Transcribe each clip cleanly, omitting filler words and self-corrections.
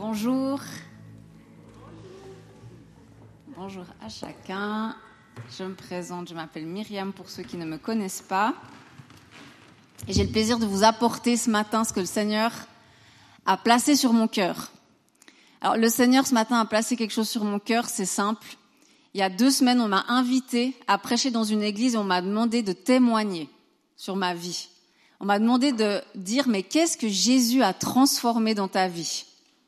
Bonjour. Bonjour à chacun. Je me présente, je m'appelle Myriam pour ceux qui ne me connaissent pas. Et j'ai le plaisir de vous apporter ce matin ce que le Seigneur a placé sur mon cœur. Alors le Seigneur ce matin a placé quelque chose sur mon cœur, c'est simple. Il y a 2 semaines, on m'a invité à prêcher dans une église et on m'a demandé de témoigner sur ma vie. On m'a demandé de dire, mais qu'est-ce que Jésus a transformé dans ta vie ?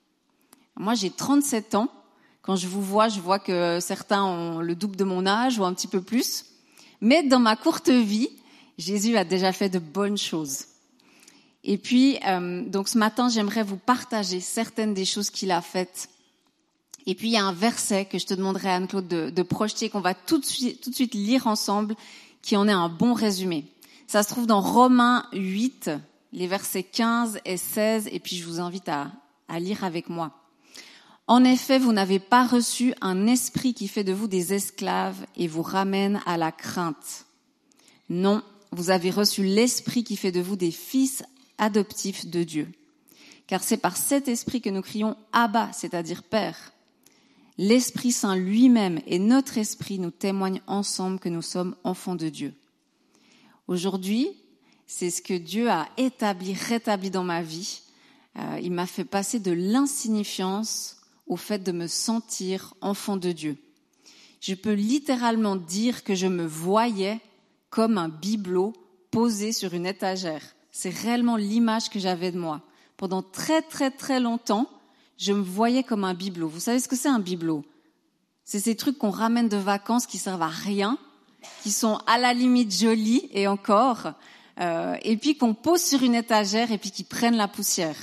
Moi, j'ai 37 ans. Quand je vois que certains ont le double de mon âge ou un petit peu plus. Mais dans ma courte vie, Jésus a déjà fait de bonnes choses. Et puis, donc ce matin, j'aimerais vous partager certaines des choses qu'il a faites. Et puis, il y a un verset que je te demanderai, Anne-Claude, de projeter, qu'on va tout de suite lire ensemble, qui en est un bon résumé. Ça se trouve dans Romains 8, les versets 15 et 16, et puis je vous invite à lire avec moi. En effet, vous n'avez pas reçu un esprit qui fait de vous des esclaves et vous ramène à la crainte. Non, vous avez reçu l'esprit qui fait de vous des fils adoptifs de Dieu. Car c'est par cet esprit que nous crions « Abba », c'est-à-dire « Père ». L'Esprit Saint lui-même et notre esprit nous témoignent ensemble que nous sommes enfants de Dieu. Aujourd'hui, c'est ce que Dieu a rétabli dans ma vie. Il m'a fait passer de l'insignifiance au fait de me sentir enfant de Dieu. Je peux littéralement dire que je me voyais comme un bibelot posé sur une étagère. C'est réellement l'image que j'avais de moi. Pendant très très très longtemps, je me voyais comme un bibelot. Vous savez ce que c'est un bibelot ? C'est ces trucs qu'on ramène de vacances qui servent à rien, qui sont à la limite jolis et encore, et puis qu'on pose sur une étagère et puis qui prennent la poussière.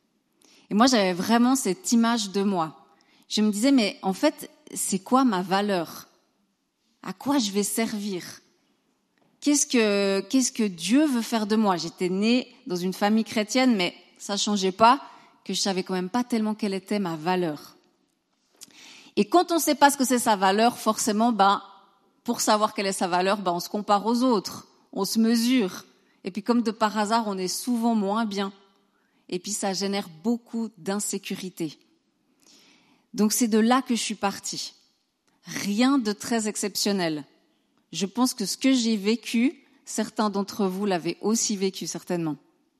Et moi, j'avais vraiment cette image de moi. Je me disais, mais en fait, c'est quoi ma valeur ? À quoi je vais servir ? Qu'est-ce que Dieu veut faire de moi ? J'étais née dans une famille chrétienne, mais ça changeait pas que je savais quand même pas tellement quelle était ma valeur. Et quand on sait pas ce que c'est sa valeur, forcément, pour savoir quelle est sa valeur, on se compare aux autres, on se mesure. Et puis comme de par hasard, on est souvent moins bien. Et puis ça génère beaucoup d'insécurité. Donc c'est de là que je suis partie. Rien de très exceptionnel. Je pense que ce que j'ai vécu, certains d'entre vous l'avaient aussi vécu certainement.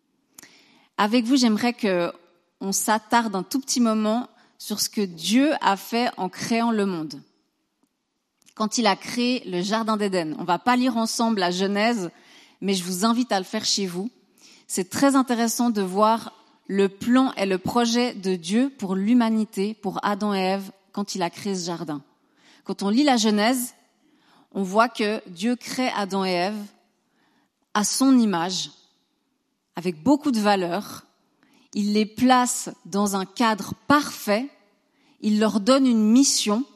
Avec vous, j'aimerais qu'on s'attarde un tout petit moment sur ce que Dieu a fait en créant le monde. Quand il a créé le Jardin d'Éden. On va pas lire ensemble la Genèse, mais je vous invite à le faire chez vous. C'est très intéressant de voir le plan et le projet de Dieu pour l'humanité, pour Adam et Ève, quand il a créé ce jardin. Quand on lit la Genèse, on voit que Dieu crée Adam et Ève à son image, avec beaucoup de valeurs. Il les place dans un cadre parfait, il leur donne une mission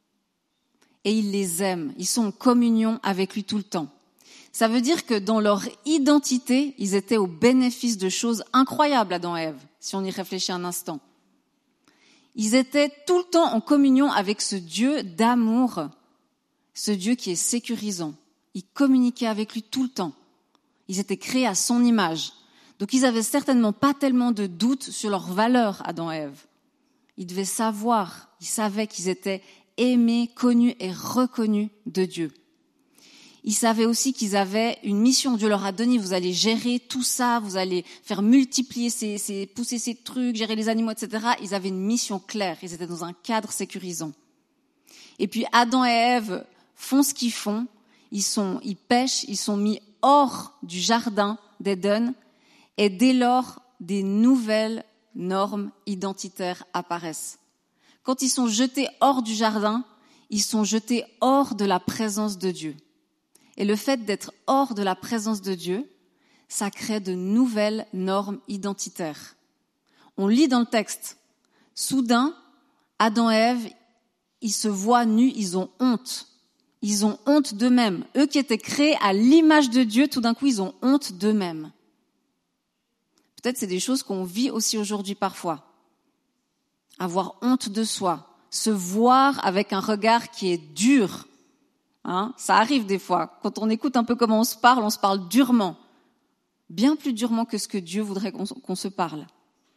et il les aime. Ils sont en communion avec lui tout le temps. Ça veut dire que dans leur identité, ils étaient au bénéfice de choses incroyables, Adam et Ève, si on y réfléchit un instant. Ils étaient tout le temps en communion avec ce Dieu d'amour, ce Dieu qui est sécurisant. Ils communiquaient avec lui tout le temps. Ils étaient créés à son image. Donc ils avaient certainement pas tellement de doutes sur leur valeur, Adam et Ève. Ils devaient savoir, ils savaient qu'ils étaient aimés, connus et reconnus de Dieu. Ils savaient aussi qu'ils avaient une mission. Dieu leur a donné, vous allez gérer tout ça, vous allez faire multiplier pousser ces trucs, gérer les animaux, etc. Ils avaient une mission claire, ils étaient dans un cadre sécurisant. Et puis Adam et Ève font ce qu'ils font, ils pêchent, ils sont mis hors du jardin d'Éden, et dès lors, des nouvelles normes identitaires apparaissent. Quand ils sont jetés hors du jardin, ils sont jetés hors de la présence de Dieu. Et le fait d'être hors de la présence de Dieu, ça crée de nouvelles normes identitaires. On lit dans le texte, soudain, Adam et Ève, ils se voient nus, ils ont honte. Ils ont honte d'eux-mêmes. Eux qui étaient créés à l'image de Dieu, tout d'un coup, ils ont honte d'eux-mêmes. Peut-être c'est des choses qu'on vit aussi aujourd'hui parfois. Avoir honte de soi, se voir avec un regard qui est dur. Ça arrive des fois. Quand on écoute un peu comment on se parle durement. Bien plus durement que ce que Dieu voudrait qu'on se parle.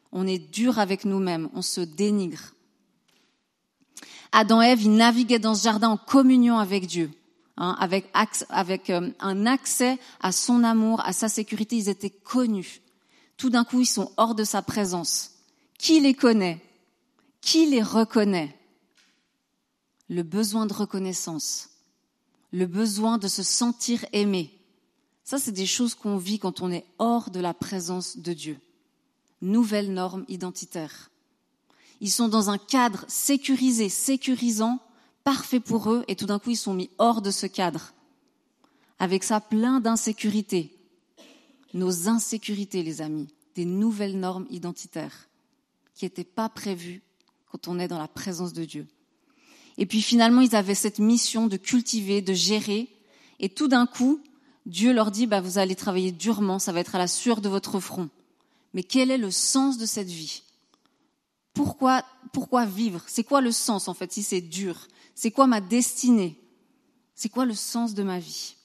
On est dur avec nous-mêmes, on se dénigre. Adam et Ève, ils naviguaient dans ce jardin en communion avec Dieu, avec un accès à son amour, à sa sécurité. Ils étaient connus. Tout d'un coup, ils sont hors de sa présence. Qui les connaît? Qui les reconnaît? Le besoin de reconnaissance, le besoin de se sentir aimé. Ça, c'est des choses qu'on vit quand on est hors de la présence de Dieu. Nouvelle norme identitaire. Ils sont dans un cadre sécurisé, sécurisant, parfait pour eux, et tout d'un coup, ils sont mis hors de ce cadre. Avec ça, plein d'insécurités. Nos insécurités, les amis, des nouvelles normes identitaires qui n'étaient pas prévues quand on est dans la présence de Dieu. Et puis finalement, ils avaient cette mission de cultiver, de gérer, et tout d'un coup, Dieu leur dit, vous allez travailler durement, ça va être à la sueur de votre front. Mais quel est le sens de cette vie? Pourquoi vivre? C'est quoi le sens en fait si c'est dur? C'est quoi ma destinée? C'est quoi le sens de ma vie?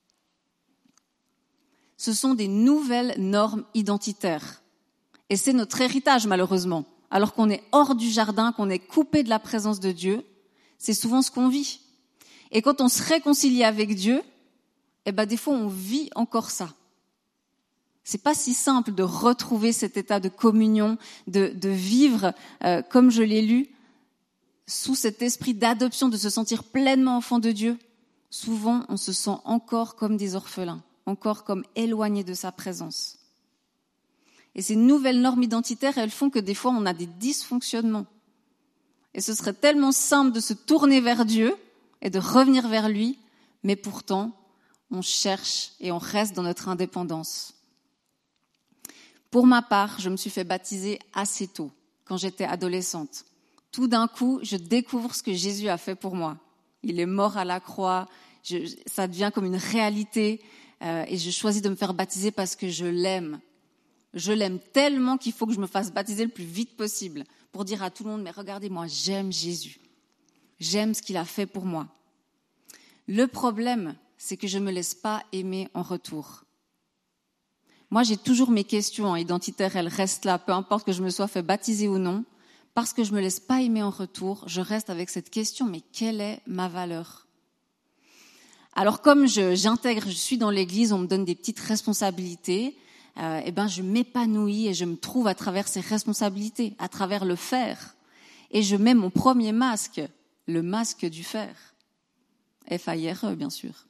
Ce sont des nouvelles normes identitaires. Et c'est notre héritage malheureusement. Alors qu'on est hors du jardin, qu'on est coupé de la présence de Dieu, c'est souvent ce qu'on vit. Et quand on se réconcilie avec Dieu, des fois on vit encore ça. C'est pas si simple de retrouver cet état de communion, de vivre comme je l'ai lu, sous cet esprit d'adoption, de se sentir pleinement enfant de Dieu. Souvent, on se sent encore comme des orphelins, encore comme éloignés de sa présence. Et ces nouvelles normes identitaires, elles font que des fois, on a des dysfonctionnements. Et ce serait tellement simple de se tourner vers Dieu et de revenir vers lui, mais pourtant, on cherche et on reste dans notre indépendance. Pour ma part, je me suis fait baptiser assez tôt, quand j'étais adolescente. Tout d'un coup, je découvre ce que Jésus a fait pour moi. Il est mort à la croix, ça devient comme une réalité, et je choisis de me faire baptiser parce que je l'aime. Je l'aime tellement qu'il faut que je me fasse baptiser le plus vite possible, pour dire à tout le monde, mais regardez-moi, j'aime Jésus. J'aime ce qu'il a fait pour moi. Le problème, c'est que je ne me laisse pas aimer en retour. Moi, j'ai toujours mes questions identitaires, elles restent là, peu importe que je me sois fait baptiser ou non, parce que je ne me laisse pas aimer en retour, je reste avec cette question, mais quelle est ma valeur? Alors comme je suis dans l'église, on me donne des petites responsabilités, je m'épanouis et je me trouve à travers ces responsabilités, à travers le faire. Et je mets mon premier masque, le masque du faire. F-A-I-R-E, bien sûr.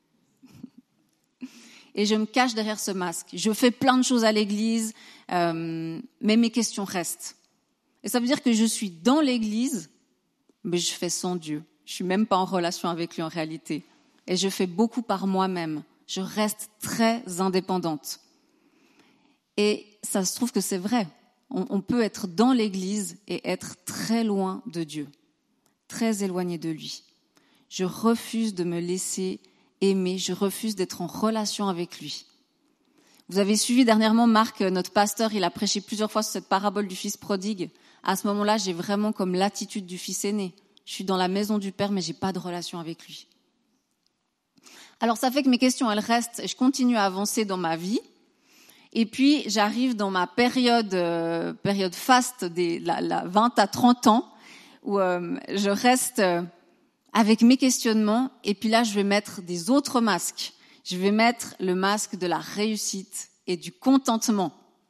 Et je me cache derrière ce masque. Je fais plein de choses à l'église, mais mes questions restent. Et ça veut dire que je suis dans l'église, mais je fais sans Dieu. Je suis même pas en relation avec lui en réalité. Et je fais beaucoup par moi-même. Je reste très indépendante. Et ça se trouve que c'est vrai. On peut être dans l'église et être très loin de Dieu, très éloigné de lui. Je refuse de me laisser aimer, je refuse d'être en relation avec lui. Vous avez suivi dernièrement Marc, notre pasteur, il a prêché plusieurs fois sur cette parabole du fils prodigue. À ce moment-là, j'ai vraiment comme l'attitude du fils aîné. Je suis dans la maison du Père, mais j'ai pas de relation avec lui. Alors ça fait que mes questions, elles restent, et je continue à avancer dans ma vie. Et puis, j'arrive dans ma période faste la 20 à 30 ans, où je reste avec mes questionnements, et puis là, je vais mettre des autres masques. Je vais mettre le masque de la réussite et du contentement.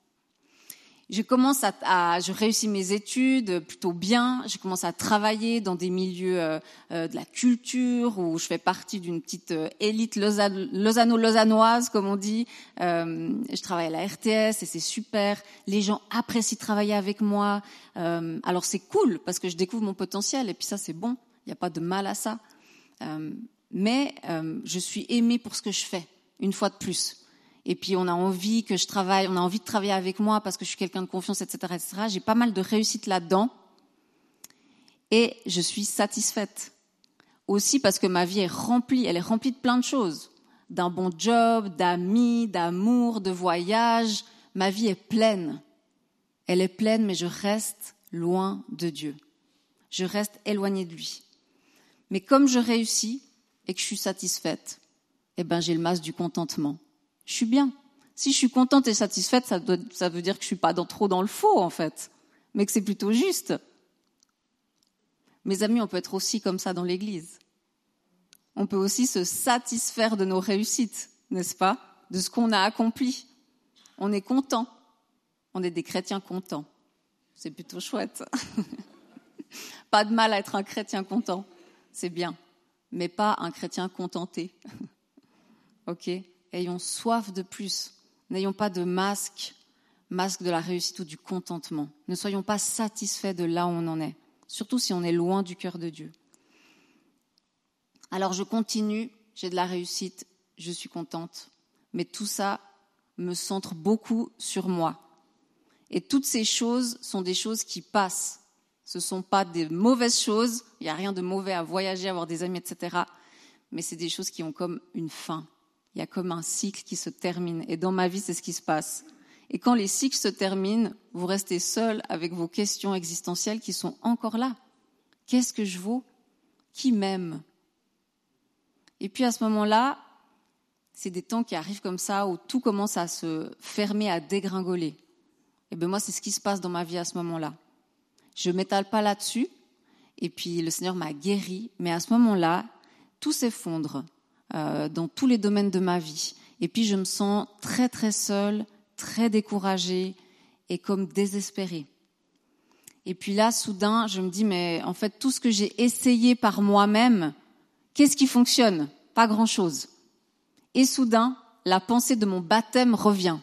Je réussis mes études plutôt bien, je commence à travailler dans des milieux de la culture, où je fais partie d'une petite élite lausanno-lausannoise, comme on dit. Je travaille à la RTS et c'est super. Les gens apprécient travailler avec moi. Alors c'est cool, parce que je découvre mon potentiel, et puis ça c'est bon. Il n'y a pas de mal à ça. Mais je suis aimée pour ce que je fais, une fois de plus. Et puis on a envie que je travaille, on a envie de travailler avec moi parce que je suis quelqu'un de confiance, etc., etc. J'ai pas mal de réussite là-dedans. Et je suis satisfaite. Aussi parce que ma vie est remplie, elle est remplie de plein de choses. D'un bon job, d'amis, d'amour, de voyages. Ma vie est pleine. Elle est pleine, mais je reste loin de Dieu. Je reste éloignée de lui. Mais comme je réussis et que je suis satisfaite, j'ai le masque du contentement. Je suis bien. Si je suis contente et satisfaite, ça veut dire que je suis pas trop dans le faux, en fait, mais que c'est plutôt juste. Mes amis, on peut être aussi comme ça dans l'Église. On peut aussi se satisfaire de nos réussites, n'est-ce pas? De ce qu'on a accompli. On est content. On est des chrétiens contents. C'est plutôt chouette. Pas de mal à être un chrétien content. C'est bien. Mais pas un chrétien contenté. Ok? Ayons soif de plus. N'ayons pas de masque de la réussite ou du contentement. Ne soyons pas satisfaits de là où on en est. Surtout si on est loin du cœur de Dieu. Alors je continue, j'ai de la réussite, je suis contente. Mais tout ça me centre beaucoup sur moi. Et toutes ces choses sont des choses qui passent. Ce ne sont pas des mauvaises choses. Il n'y a rien de mauvais à voyager, avoir des amis, etc. Mais c'est des choses qui ont comme une fin. Il y a comme un cycle qui se termine. Et dans ma vie, c'est ce qui se passe. Et quand les cycles se terminent, vous restez seul avec vos questions existentielles qui sont encore là. Qu'est-ce que je vaux? Qui m'aime? Et puis à ce moment-là, c'est des temps qui arrivent comme ça où tout commence à se fermer, à dégringoler. Et bien moi, c'est ce qui se passe dans ma vie à ce moment-là. Je ne m'étale pas là-dessus. Et puis le Seigneur m'a guéri. Mais à ce moment-là, tout s'effondre dans tous les domaines de ma vie. Et puis je me sens très très seule, très découragée et comme désespérée. Et puis là, soudain, je me dis, mais en fait, tout ce que j'ai essayé par moi-même, qu'est-ce qui fonctionne? Pas grand-chose. Et soudain, la pensée de mon baptême revient.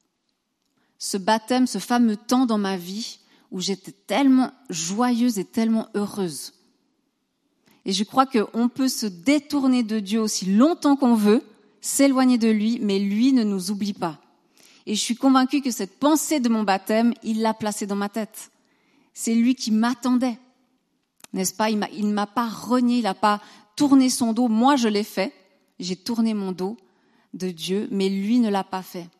Ce baptême, ce fameux temps dans ma vie où j'étais tellement joyeuse et tellement heureuse. Et je crois qu'on peut se détourner de Dieu aussi longtemps qu'on veut, s'éloigner de lui, mais lui ne nous oublie pas. Et je suis convaincue que cette pensée de mon baptême, il l'a placée dans ma tête. C'est lui qui m'attendait, n'est-ce pas? Il ne m'a pas renié, il n'a pas tourné son dos. Moi, je l'ai fait. J'ai tourné mon dos de Dieu, mais lui ne l'a pas fait.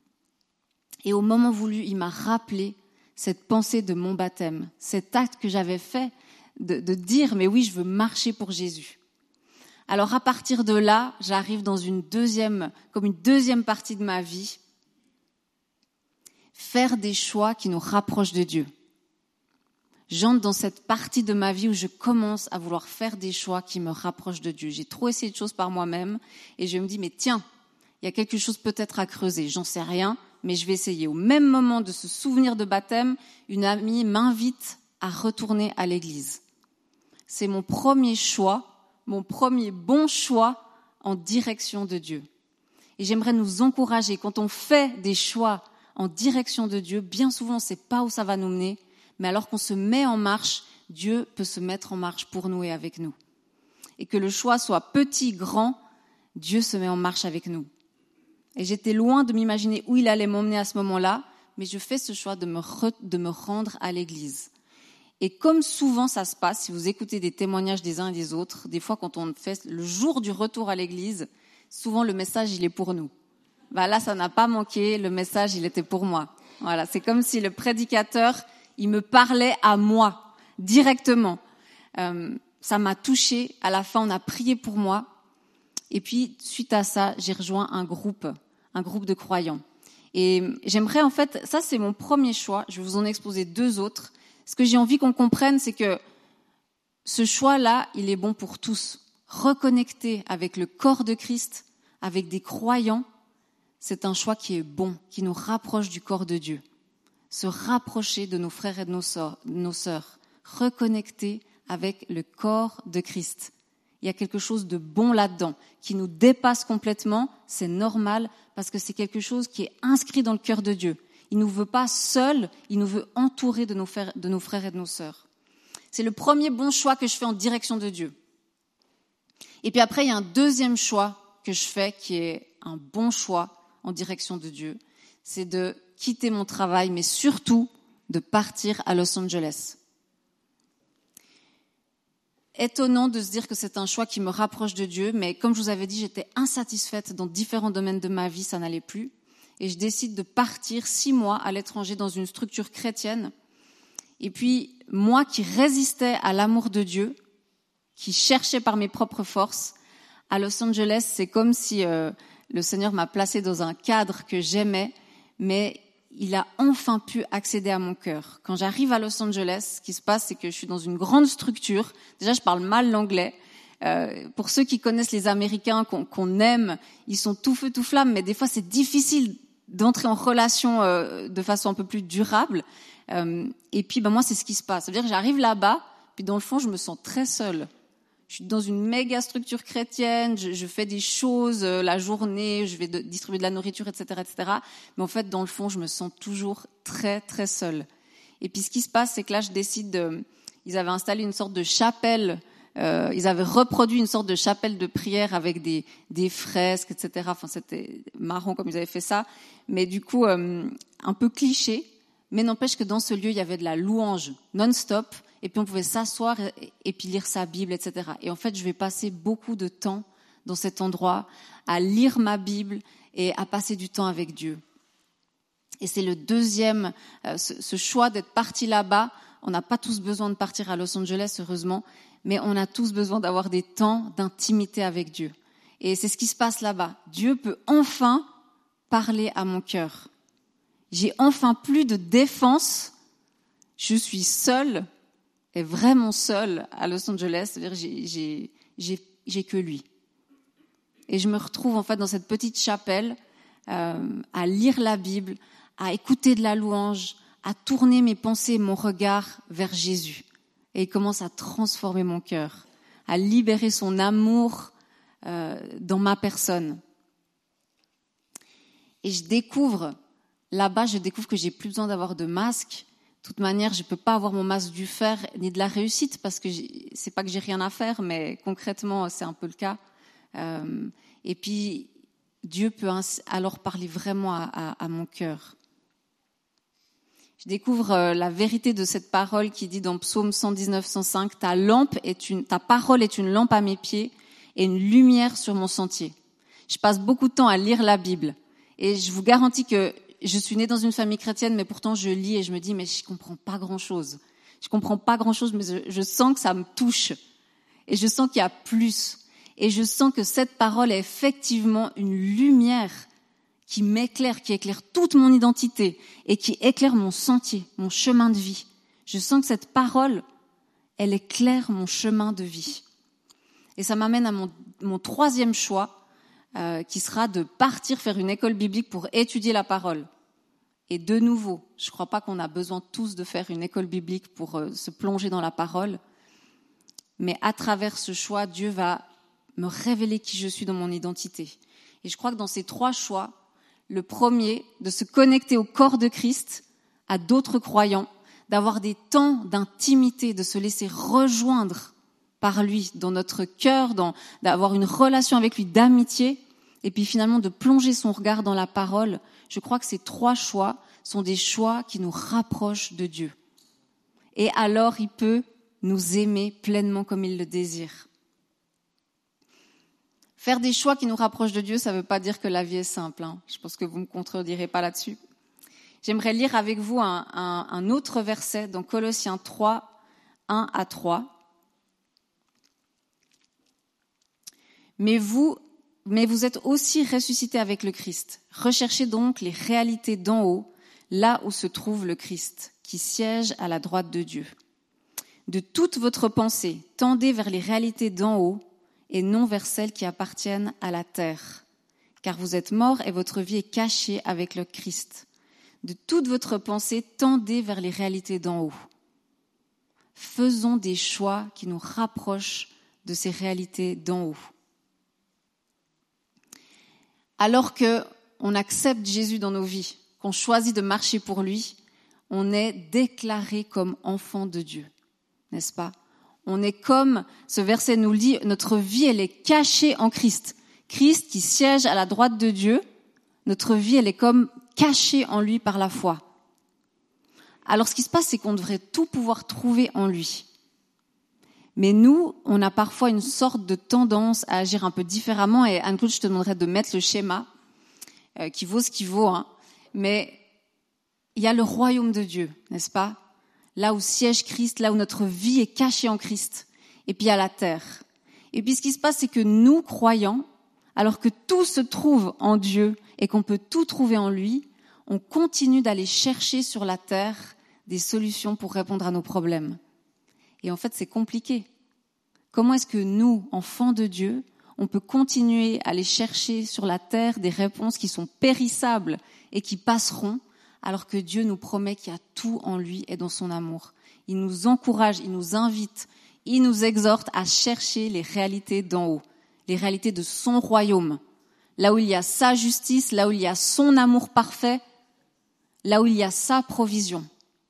Et au moment voulu, il m'a rappelé cette pensée de mon baptême, cet acte que j'avais fait de dire, mais oui, je veux marcher pour Jésus. Alors à partir de là, j'arrive dans une deuxième partie de ma vie, faire des choix qui nous rapprochent de Dieu. J'entre dans cette partie de ma vie où je commence à vouloir faire des choix qui me rapprochent de Dieu. J'ai trop essayé de choses par moi-même et je me dis, mais tiens, il y a quelque chose peut-être à creuser. J'en sais rien, mais je vais essayer. Au même moment de ce souvenir de baptême, une amie m'invite à retourner à l'église. C'est mon premier choix, mon premier bon choix en direction de Dieu. Et j'aimerais nous encourager, quand on fait des choix en direction de Dieu, bien souvent on ne sait pas où ça va nous mener, mais alors qu'on se met en marche, Dieu peut se mettre en marche pour nous et avec nous. Et que le choix soit petit, grand, Dieu se met en marche avec nous. Et j'étais loin de m'imaginer où il allait m'emmener à ce moment-là, mais je fais ce choix de me rendre à l'église. Et comme souvent ça se passe, si vous écoutez des témoignages des uns et des autres, des fois quand on fait le jour du retour à l'église, souvent le message il est pour nous. Là ça n'a pas manqué, le message il était pour moi. Voilà, c'est comme si le prédicateur il me parlait à moi directement. Ça m'a touchée. À la fin, on a prié pour moi. Et puis, suite à ça, j'ai rejoint un groupe de croyants. Et j'aimerais, en fait, ça c'est mon premier choix. Je vais vous en exposer 2 autres. Ce que j'ai envie qu'on comprenne, c'est que ce choix-là, il est bon pour tous. Reconnecter avec le corps de Christ, avec des croyants, c'est un choix qui est bon, qui nous rapproche du corps de Dieu. Se rapprocher de nos frères et de nos sœurs, reconnecter avec le corps de Christ. Il y a quelque chose de bon là-dedans, qui nous dépasse complètement, c'est normal, parce que c'est quelque chose qui est inscrit dans le cœur de Dieu. Il ne nous veut pas seuls, il nous veut entourés de nos frères et de nos sœurs. C'est le premier bon choix que je fais en direction de Dieu. Et puis après, il y a un deuxième choix que je fais, qui est un bon choix en direction de Dieu, c'est de quitter mon travail, mais surtout de partir à Los Angeles. Étonnant de se dire que c'est un choix qui me rapproche de Dieu, mais comme je vous avais dit, j'étais insatisfaite dans différents domaines de ma vie, ça n'allait plus. Et je décide de partir 6 mois à l'étranger dans une structure chrétienne. Et puis, moi qui résistais à l'amour de Dieu, qui cherchais par mes propres forces, à Los Angeles, c'est comme si le Seigneur m'a placé dans un cadre que j'aimais, mais il a enfin pu accéder à mon cœur. Quand j'arrive à Los Angeles, ce qui se passe, c'est que je suis dans une grande structure. Déjà, je parle mal l'anglais. Pour ceux qui connaissent les Américains, qu'on aime, ils sont tout feu, tout flamme, mais des fois, c'est difficile d'entrer en relation de façon un peu plus durable. Et puis, moi, c'est ce qui se passe. Ça veut dire que j'arrive là-bas, puis dans le fond, je me sens très seule. Je suis dans une méga structure chrétienne, je fais des choses la journée, je vais distribuer de la nourriture, etc., etc. Mais en fait, dans le fond, je me sens toujours très, très seule. Et puis, ce qui se passe, c'est que là, ils avaient installé une sorte de chapelle, ils avaient reproduit une sorte de chapelle de prière avec des fresques, etc. Enfin, c'était marrant comme ils avaient fait ça. Mais du coup, un peu cliché. Mais n'empêche que dans ce lieu, il y avait de la louange non-stop. Et puis on pouvait s'asseoir et puis lire sa Bible, etc. Et en fait, je vais passer beaucoup de temps dans cet endroit à lire ma Bible et à passer du temps avec Dieu. Et c'est le deuxième, ce choix d'être parti là-bas. On n'a pas tous besoin de partir à Los Angeles, heureusement, mais on a tous besoin d'avoir des temps d'intimité avec Dieu. Et c'est ce qui se passe là-bas. Dieu peut enfin parler à mon cœur. J'ai enfin plus de défense. Je suis seule. Et vraiment seule à Los Angeles, c'est-à-dire j'ai que lui. Et je me retrouve en fait dans cette petite chapelle à lire la Bible, à écouter de la louange, à tourner mes pensées, mon regard vers Jésus. Et il commence à transformer mon cœur, à libérer son amour dans ma personne. Et je découvre que j'ai plus besoin d'avoir de masque. De toute manière, je peux pas avoir mon masque du fer ni de la réussite parce que c'est pas que j'ai rien à faire, mais concrètement, c'est un peu le cas. Et puis, Dieu peut alors parler vraiment à mon cœur. Je découvre la vérité de cette parole qui dit dans Psaume 119, 105, ta parole est une lampe à mes pieds et une lumière sur mon sentier. Je passe beaucoup de temps à lire la Bible et je vous garantis que je suis née dans une famille chrétienne, mais pourtant je lis et je me dis, mais je comprends pas grand-chose. Je comprends pas grand-chose, mais je sens que ça me touche. Et je sens qu'il y a plus. Et je sens que cette parole est effectivement une lumière qui m'éclaire, qui éclaire toute mon identité et qui éclaire mon sentier, mon chemin de vie. Je sens que cette parole, elle éclaire mon chemin de vie. Et ça m'amène à mon troisième choix, qui sera de partir faire une école biblique pour étudier la parole. Et de nouveau, je ne crois pas qu'on a besoin tous de faire une école biblique pour se plonger dans la parole, mais à travers ce choix, Dieu va me révéler qui je suis dans mon identité. Et je crois que dans ces trois choix, le premier, de se connecter au corps de Christ, à d'autres croyants, d'avoir des temps d'intimité, de se laisser rejoindre par lui, dans notre cœur, d'avoir une relation avec lui d'amitié, et puis finalement de plonger son regard dans la parole. Je crois que ces trois choix sont des choix qui nous rapprochent de Dieu. Et alors il peut nous aimer pleinement comme il le désire. Faire des choix qui nous rapprochent de Dieu, ça ne veut pas dire que la vie est simple. Je pense que vous ne me contredirez pas là-dessus. J'aimerais lire avec vous un autre verset dans Colossiens 3, 1 à 3. Mais vous êtes aussi ressuscités avec le Christ. Recherchez donc les réalités d'en haut, là où se trouve le Christ, qui siège à la droite de Dieu. De toute votre pensée, tendez vers les réalités d'en haut et non vers celles qui appartiennent à la terre. Car vous êtes morts et votre vie est cachée avec le Christ. De toute votre pensée, tendez vers les réalités d'en haut. Faisons des choix qui nous rapprochent de ces réalités d'en haut. Alors qu'on accepte Jésus dans nos vies, qu'on choisit de marcher pour lui, on est déclaré comme enfant de Dieu, n'est-ce pas ? On est comme, ce verset nous le dit, notre vie, elle est cachée en Christ. Christ qui siège à la droite de Dieu, notre vie, elle est comme cachée en lui par la foi. Alors ce qui se passe, c'est qu'on devrait tout pouvoir trouver en lui. Mais nous, on a parfois une sorte de tendance à agir un peu différemment. Et Anne-Claude, je te demanderais de mettre le schéma, qui vaut ce qu'il vaut. Mais il y a le royaume de Dieu, n'est-ce pas ? Là où siège Christ, là où notre vie est cachée en Christ. Et puis il y a la terre. Et puis ce qui se passe, c'est que nous, croyants, alors que tout se trouve en Dieu et qu'on peut tout trouver en lui, on continue d'aller chercher sur la terre des solutions pour répondre à nos problèmes. Et en fait, c'est compliqué. Comment est-ce que nous, enfants de Dieu, on peut continuer à aller chercher sur la terre des réponses qui sont périssables et qui passeront, alors que Dieu nous promet qu'il y a tout en lui et dans son amour. Il nous encourage, il nous invite, il nous exhorte à chercher les réalités d'en haut, les réalités de son royaume, là où il y a sa justice, là où il y a son amour parfait, là où il y a sa provision.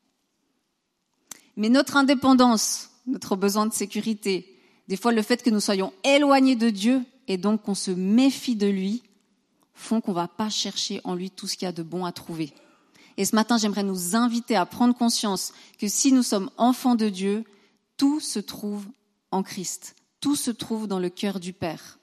Mais notre indépendance, notre besoin de sécurité, des fois le fait que nous soyons éloignés de Dieu et donc qu'on se méfie de lui, font qu'on ne va pas chercher en lui tout ce qu'il y a de bon à trouver. Et ce matin, j'aimerais nous inviter à prendre conscience que si nous sommes enfants de Dieu, tout se trouve en Christ. Tout se trouve dans le cœur du Père.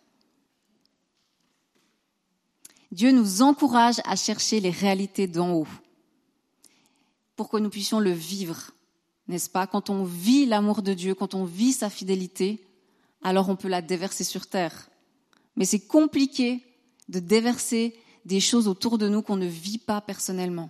Dieu nous encourage à chercher les réalités d'en haut pour que nous puissions le vivre, n'est-ce pas? Quand on vit l'amour de Dieu, quand on vit sa fidélité, alors on peut la déverser sur terre. Mais c'est compliqué de déverser des choses autour de nous qu'on ne vit pas personnellement.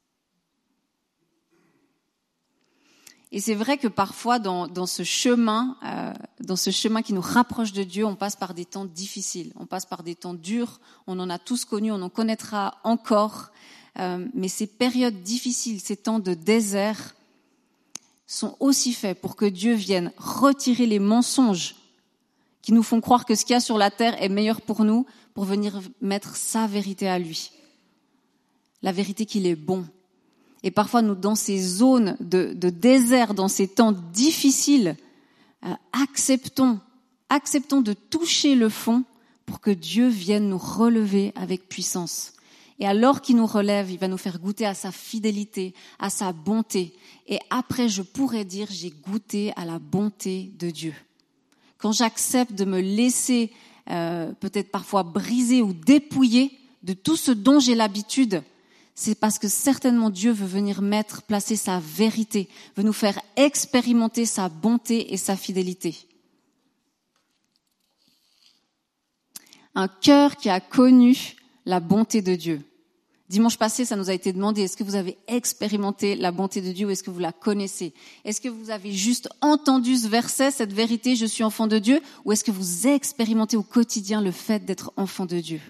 Et c'est vrai que parfois, dans ce chemin qui nous rapproche de Dieu, on passe par des temps difficiles, on passe par des temps durs, on en a tous connu, on en connaîtra encore. Mais ces périodes difficiles, ces temps de désert, sont aussi faits pour que Dieu vienne retirer les mensonges qui nous font croire que ce qu'il y a sur la terre est meilleur pour nous, pour venir mettre sa vérité à lui. La vérité qu'il est bon. Et parfois, nous, dans ces zones de désert, dans ces temps difficiles, acceptons de toucher le fond pour que Dieu vienne nous relever avec puissance. Et alors qu'il nous relève, il va nous faire goûter à sa fidélité, à sa bonté. Et après, je pourrais dire, j'ai goûté à la bonté de Dieu. Quand j'accepte de me laisser peut-être parfois briser ou dépouiller de tout ce dont j'ai l'habitude, c'est parce que certainement Dieu veut venir placer sa vérité, veut nous faire expérimenter sa bonté et sa fidélité. Un cœur qui a connu la bonté de Dieu. Dimanche passé, ça nous a été demandé, est-ce que vous avez expérimenté la bonté de Dieu ou est-ce que vous la connaissez? Est-ce que vous avez juste entendu ce verset, cette vérité, je suis enfant de Dieu, ou est-ce que vous expérimentez au quotidien le fait d'être enfant de Dieu?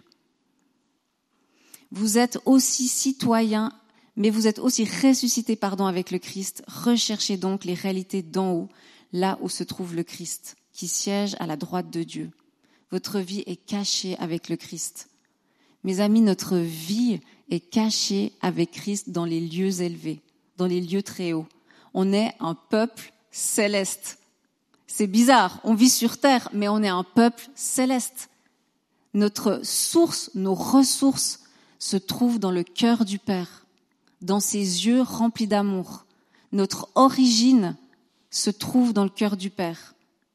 Vous êtes aussi citoyens, mais vous êtes aussi ressuscités, avec le Christ. Recherchez donc les réalités d'en haut, là où se trouve le Christ, qui siège à la droite de Dieu. Votre vie est cachée avec le Christ. Mes amis, notre vie est cachée avec Christ dans les lieux élevés, dans les lieux très hauts. On est un peuple céleste. C'est bizarre, on vit sur terre, mais on est un peuple céleste. Notre source, nos ressources se trouvent dans le cœur du Père, dans ses yeux remplis d'amour. Notre origine se trouve dans le cœur du Père.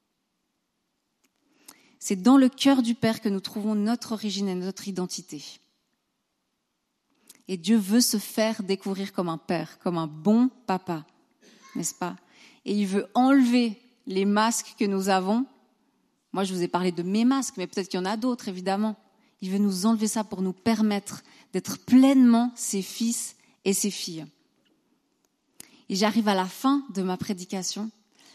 C'est dans le cœur du Père que nous trouvons notre origine et notre identité. Et Dieu veut se faire découvrir comme un père, comme un bon papa, n'est-ce pas? Et il veut enlever les masques que nous avons. Moi, je vous ai parlé de mes masques, mais peut-être qu'il y en a d'autres, évidemment. Il veut nous enlever ça pour nous permettre d'être pleinement ses fils et ses filles. Et j'arrive à la fin de ma prédication.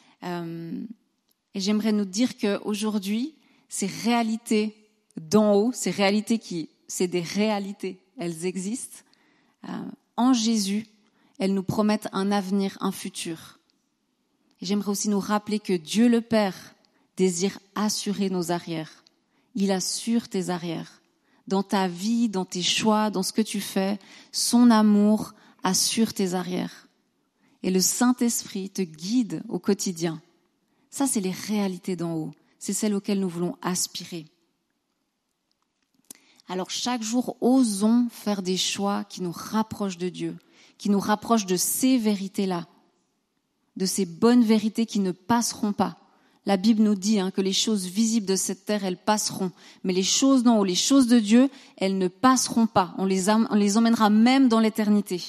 Et j'aimerais nous dire qu'aujourd'hui, ces réalités d'en haut, ces réalités c'est des réalités, elles existent. En Jésus, elles nous promettent un avenir, un futur. Et j'aimerais aussi nous rappeler que Dieu le Père désire assurer nos arrières. Il assure tes arrières. Dans ta vie, dans tes choix, dans ce que tu fais, son amour assure tes arrières. Et le Saint-Esprit te guide au quotidien. Ça, c'est les réalités d'en haut. C'est celles auxquelles nous voulons aspirer. Alors chaque jour, osons faire des choix qui nous rapprochent de Dieu, qui nous rapprochent de ces vérités-là, de ces bonnes vérités qui ne passeront pas. La Bible nous dit que les choses visibles de cette terre, elles passeront. Mais les choses d'en haut, les choses de Dieu, elles ne passeront pas. On les emmènera même dans l'éternité.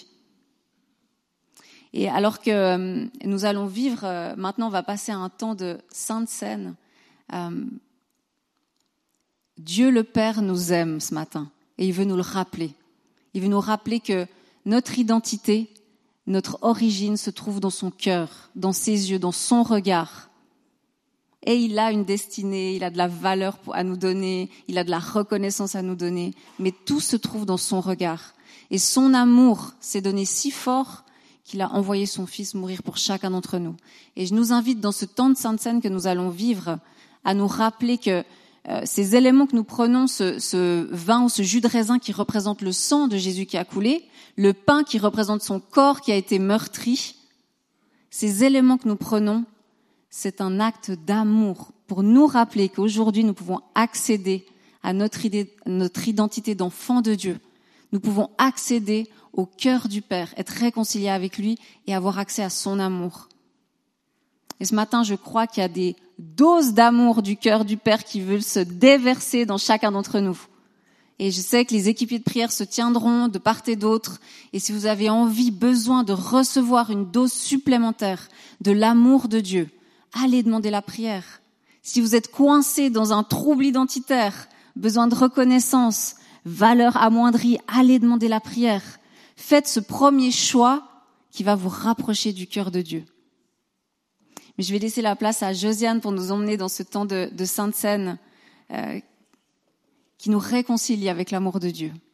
Et alors que nous allons vivre, maintenant on va passer à un temps de Sainte Seine, Dieu le Père nous aime ce matin et il veut nous le rappeler. Il veut nous rappeler que notre identité, notre origine se trouve dans son cœur, dans ses yeux, dans son regard. Et il a une destinée, il a de la valeur à nous donner, il a de la reconnaissance à nous donner, mais tout se trouve dans son regard. Et son amour s'est donné si fort qu'il a envoyé son Fils mourir pour chacun d'entre nous. Et je nous invite dans ce temps de Sainte Seine que nous allons vivre à nous rappeler que ces éléments que nous prenons, ce vin ou ce jus de raisin qui représente le sang de Jésus qui a coulé, le pain qui représente son corps qui a été meurtri, ces éléments que nous prenons, c'est un acte d'amour pour nous rappeler qu'aujourd'hui nous pouvons accéder à notre identité d'enfant de Dieu. Nous pouvons accéder au cœur du Père, être réconciliés avec lui et avoir accès à son amour. Et ce matin, je crois qu'il y a des doses d'amour du cœur du Père qui veulent se déverser dans chacun d'entre nous. Et je sais que les équipiers de prière se tiendront de part et d'autre. Et si vous avez envie, besoin de recevoir une dose supplémentaire de l'amour de Dieu, allez demander la prière. Si vous êtes coincé dans un trouble identitaire, besoin de reconnaissance, valeur amoindrie, allez demander la prière. Faites ce premier choix qui va vous rapprocher du cœur de Dieu. Mais je vais laisser la place à Josiane pour nous emmener dans ce temps de Sainte Seine qui nous réconcilie avec l'amour de Dieu.